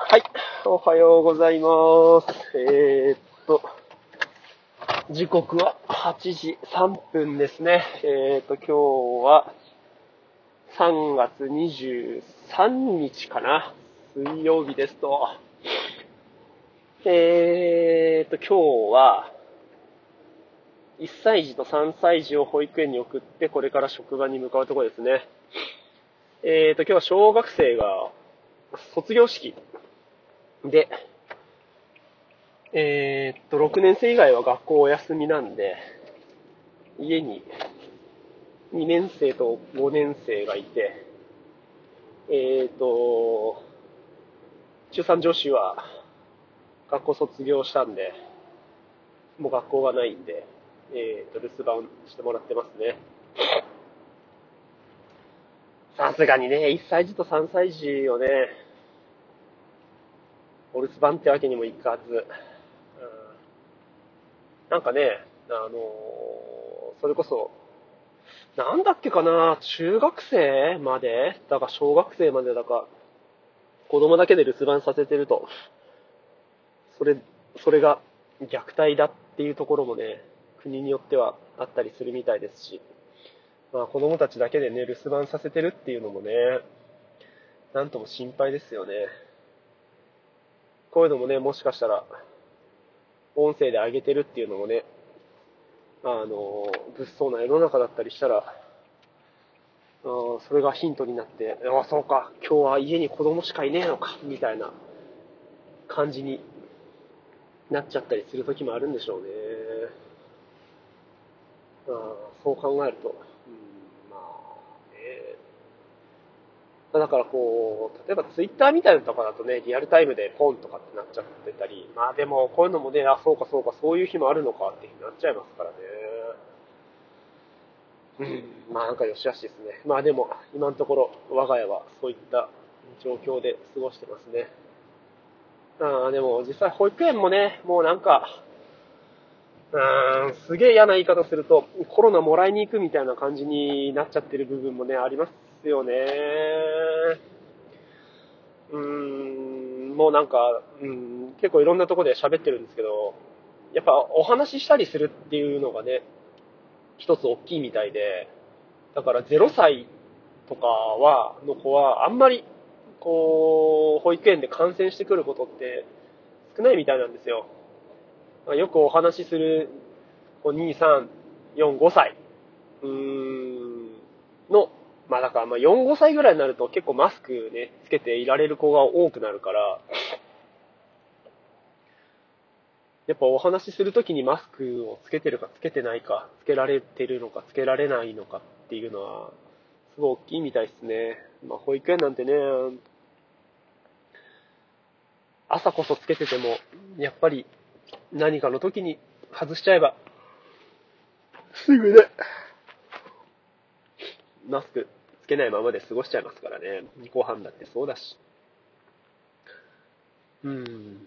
はい、おはようございます。時刻は8時3分ですね。今日は3月23日かな。水曜日ですと。今日は1歳児と3歳児を保育園に送って、これから職場に向かうところですね。今日は小学生が卒業式で、6年生以外は学校お休みなんで、家に2年生と5年生がいて、中3女子は学校卒業したんで、もう学校がないんで、留守番してもらってますね。さすがにね、1歳児と3歳児をね、お留守番ってわけにもいかず、なんかね、それこそ、なんだっけかな、中学生までだか小学生までだか、子供だけで留守番させてると、それ、それが虐待だっていうところもね、国によってはあったりするみたいですし、まあ子供たちだけでね、留守番させてるっていうのもね、なんとも心配ですよね。こういうのもね、もしかしたら、音声で上げてるっていうのもね、物騒な世の中だったりしたら、それがヒントになって、ああ、そうか、今日は家に子供しかいねえのか、みたいな感じになっちゃったりする時もあるんでしょうね。そう考えると、まあね、だからこう、例えばツイッターみたいなとこだとね、リアルタイムでポンとかってなっちゃってたり、まあでもこういうのもね、あ、そうかそうか、そういう日もあるのかっていう風になっちゃいますからね。まあなんか良し悪しですね。まあでも、今のところ我が家はそういった状況で過ごしてますね。でも実際保育園もね、もうなんか、すげえ嫌な言い方すると、コロナもらいに行くみたいな感じになっちゃってる部分もね、ありますよね。もうなんか、結構いろんなところで喋ってるんですけど、やっぱお話ししたりするっていうのがね、一つ大きいみたいで、だから0歳とかの子はあんまり、こう、保育園で感染してくることって少ないみたいなんですよ。よくお話しする、2、3、4、5歳、の、まあだからまあ4、5歳ぐらいになると結構マスクね、つけていられる子が多くなるから、やっぱお話しするときにマスクをつけてるかつけてないか、つけられてるのかつけられないのかっていうのは、すごい大きいみたいですね。まあ保育園なんてね、朝こそつけてても、やっぱり何かの時に外しちゃえば、すぐね、マスクつけないままで過ごしちゃいますからね。ご飯だってそうだし。うん。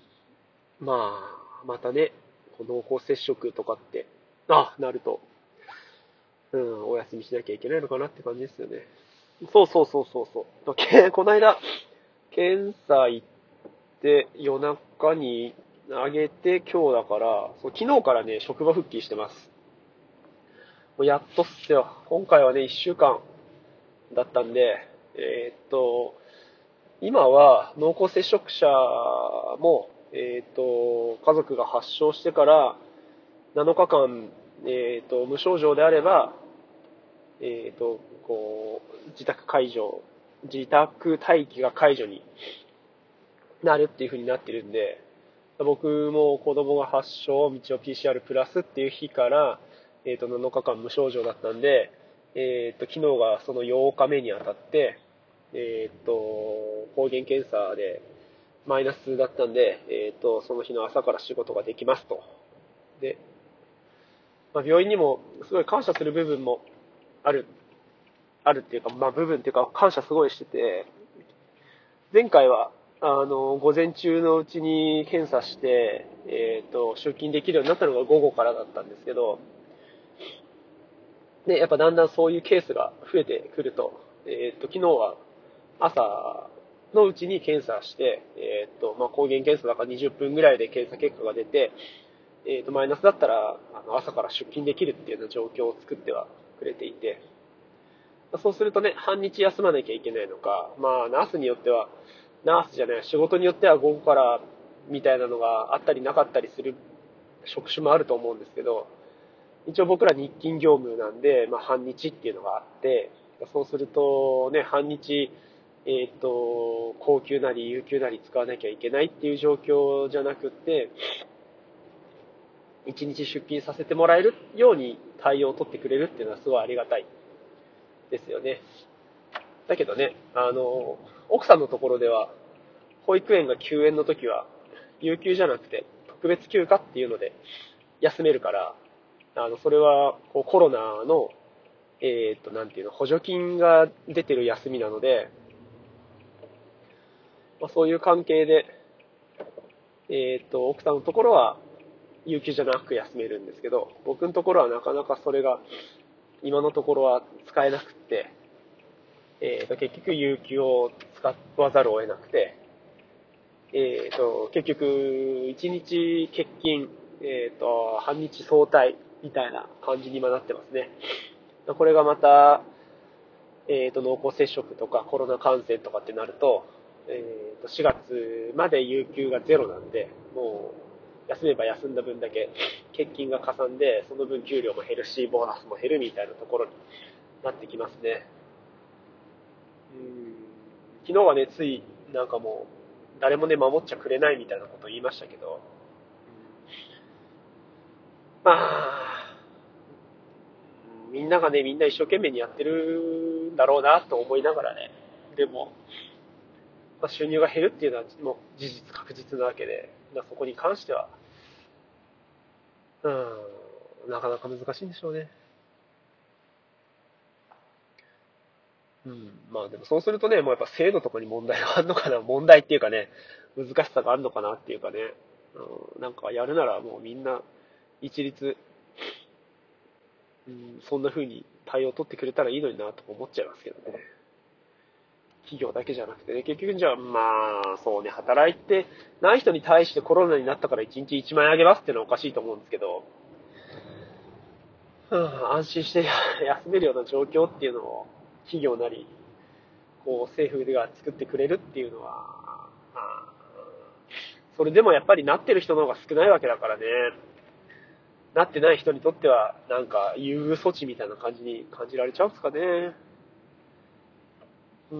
まあ、またね、濃厚接触とかって、なると、お休みしなきゃいけないのかなって感じですよね。そうそうそうそうそう。この間、検査行って夜中にあげて今日だから、昨日からね、職場復帰してます。もうやっとっすよ。今回はね、1週間だったんで、今は濃厚接触者も、家族が発症してから7日間、無症状であれば、こう、自宅待機が解除になるっていう風になってるんで、僕も子供が発症、道を PCR プラスっていう日から、7日間無症状だったんで、昨日がその8日目にあたって、抗原検査でマイナスだったんで、その日の朝から仕事ができますと。で、まあ、病院にもすごい感謝する部分もある、あるっていうか、まあ部分っていうか感謝すごいしてて、前回は、午前中のうちに検査して、出勤できるようになったのが午後からだったんですけど、ね、やっぱだんだんそういうケースが増えてくると、昨日は朝のうちに検査して、抗原検査だから20分ぐらいで検査結果が出て、マイナスだったら、朝から出勤できるっていうような状況を作ってはくれていて、そうするとね、半日休まなきゃいけないのか、まあ、ナースによっては、ナースじゃない、仕事によっては午後からみたいなのがあったりなかったりする職種もあると思うんですけど、一応僕ら日勤業務なんで、まあ、半日っていうのがあって、そうするとね、半日、高級なり有給なり使わなきゃいけないっていう状況じゃなくって、一日出勤させてもらえるように対応を取ってくれるっていうのはすごいありがたいですよね。だけどね、奥さんのところでは、保育園が休園の時は、有給じゃなくて特別休暇っていうので休めるから、それはこうコロナの、なんていうの、補助金が出てる休みなので、まあ、そういう関係で、奥さんのところは有給じゃなく休めるんですけど、僕のところはなかなかそれが今のところは使えなくって、結局有給を使わざるを得なくて、結局、1日欠勤、半日早退みたいな感じに今なってますね。これがまた、濃厚接触とかコロナ感染とかってなると、4月まで有給がゼロなんで、もう、休めば休んだ分だけ欠勤がかさんで、その分給料も減るし、ボーナスも減るみたいなところになってきますね。昨日はね、つい、なんかもう、誰もね、守っちゃくれないみたいなことを言いましたけど、まあ、みんながね、みんな一生懸命にやってるんだろうなと思いながらね、でも、まあ、収入が減るっていうのはもう事実確実なわけで、そこに関しては、なかなか難しいんでしょうね。まあでもそうするとね、もうやっぱ制度とかに問題があるのかな、問題っていうかね、難しさがあるのかなっていうかね、なんかやるならもうみんな一律、そんな風に対応を取ってくれたらいいのになと思っちゃいますけどね。企業だけじゃなくてね、結局じゃあまあ、そうね、働いてない人に対してコロナになったから1日1万円あげますっていうのはおかしいと思うんですけど、安心して休めるような状況っていうのを企業なり、こう政府が作ってくれるっていうのは、まあ、それでもやっぱりなってる人の方が少ないわけだからね、なってない人にとってはなんか優遇措置みたいな感じに感じられちゃうんですかね。うん。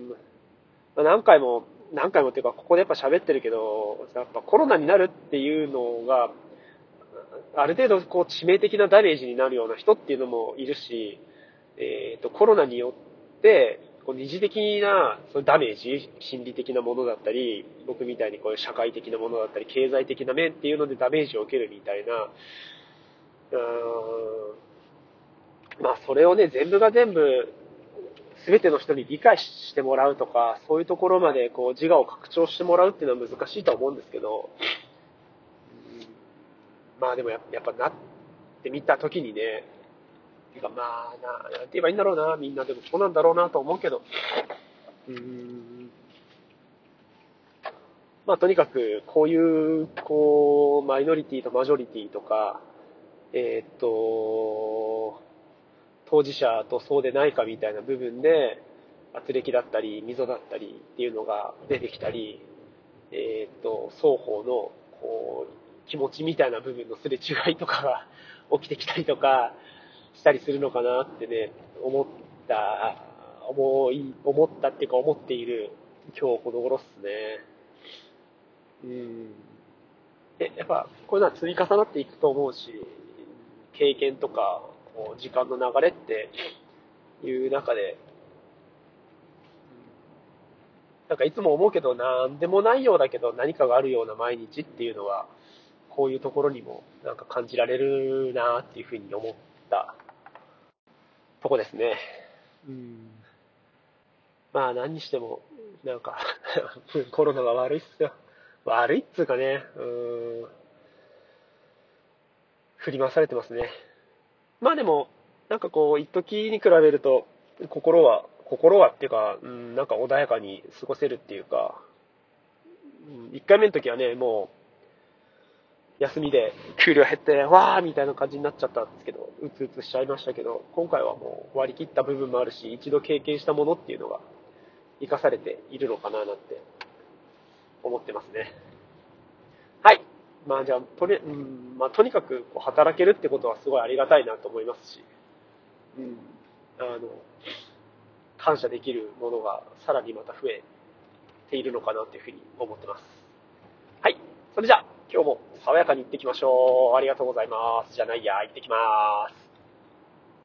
まあ何回もっていうか、ここでやっぱ喋ってるけど、やっぱコロナになるっていうのが、ある程度こう致命的なダメージになるような人っていうのもいるし、コロナによってこう二次的なそういうダメージ、心理的なものだったり、僕みたいにこういう社会的なものだったり、経済的な面っていうのでダメージを受けるみたいな、まあそれをね、全部が全部全ての人に理解してもらうとか、そういうところまでこう自我を拡張してもらうっていうのは難しいと思うんですけど、まあでもやっぱなってみたときにね、てかまあなんて言えばいいんだろうな、みんなでもそうなんだろうなと思うけど、まあとにかくこういうこうマイノリティとマジョリティとか、えーっと当事者とそうでないかみたいな部分で圧力だったり溝だったりっていうのが出てきたり、双方のこう気持ちみたいな部分のすれ違いとかが起きてきたりとかしたりするのかなってね、た、思ったっていうか思っている今日この頃っすね。うん。やっぱこういうのは積み重なっていくと思うし、経験とかこう時間の流れっていう中で、なんかいつも思うけど、なんでもないようだけど何かがあるような毎日っていうのは、こういうところにもなんか感じられるなっていうふうに思ったとこですね。うん。まあ何にしても、なんかコロナが悪いっすよ。悪いっつうかね、振り回されてますね。まあでも、なんかこう、一時に比べると、 心がっていうか、なんか穏やかに過ごせるっていうか、1回目の時はね、もう、休みで給料減って、わーみたいな感じになっちゃったんですけど、うつうつしちゃいましたけど、今回はもう割り切った部分もあるし、一度経験したものっていうのが活かされているのかななんて思ってますね。はい。まあじゃあ、とにかくこう働けるってことはすごいありがたいなと思いますし、うん、あの、感謝できるものがさらにまた増えているのかなというふうに思ってます。はい。それじゃあ、今日も爽やかに行ってきましょう。ありがとうございます。じゃないや、行ってきます。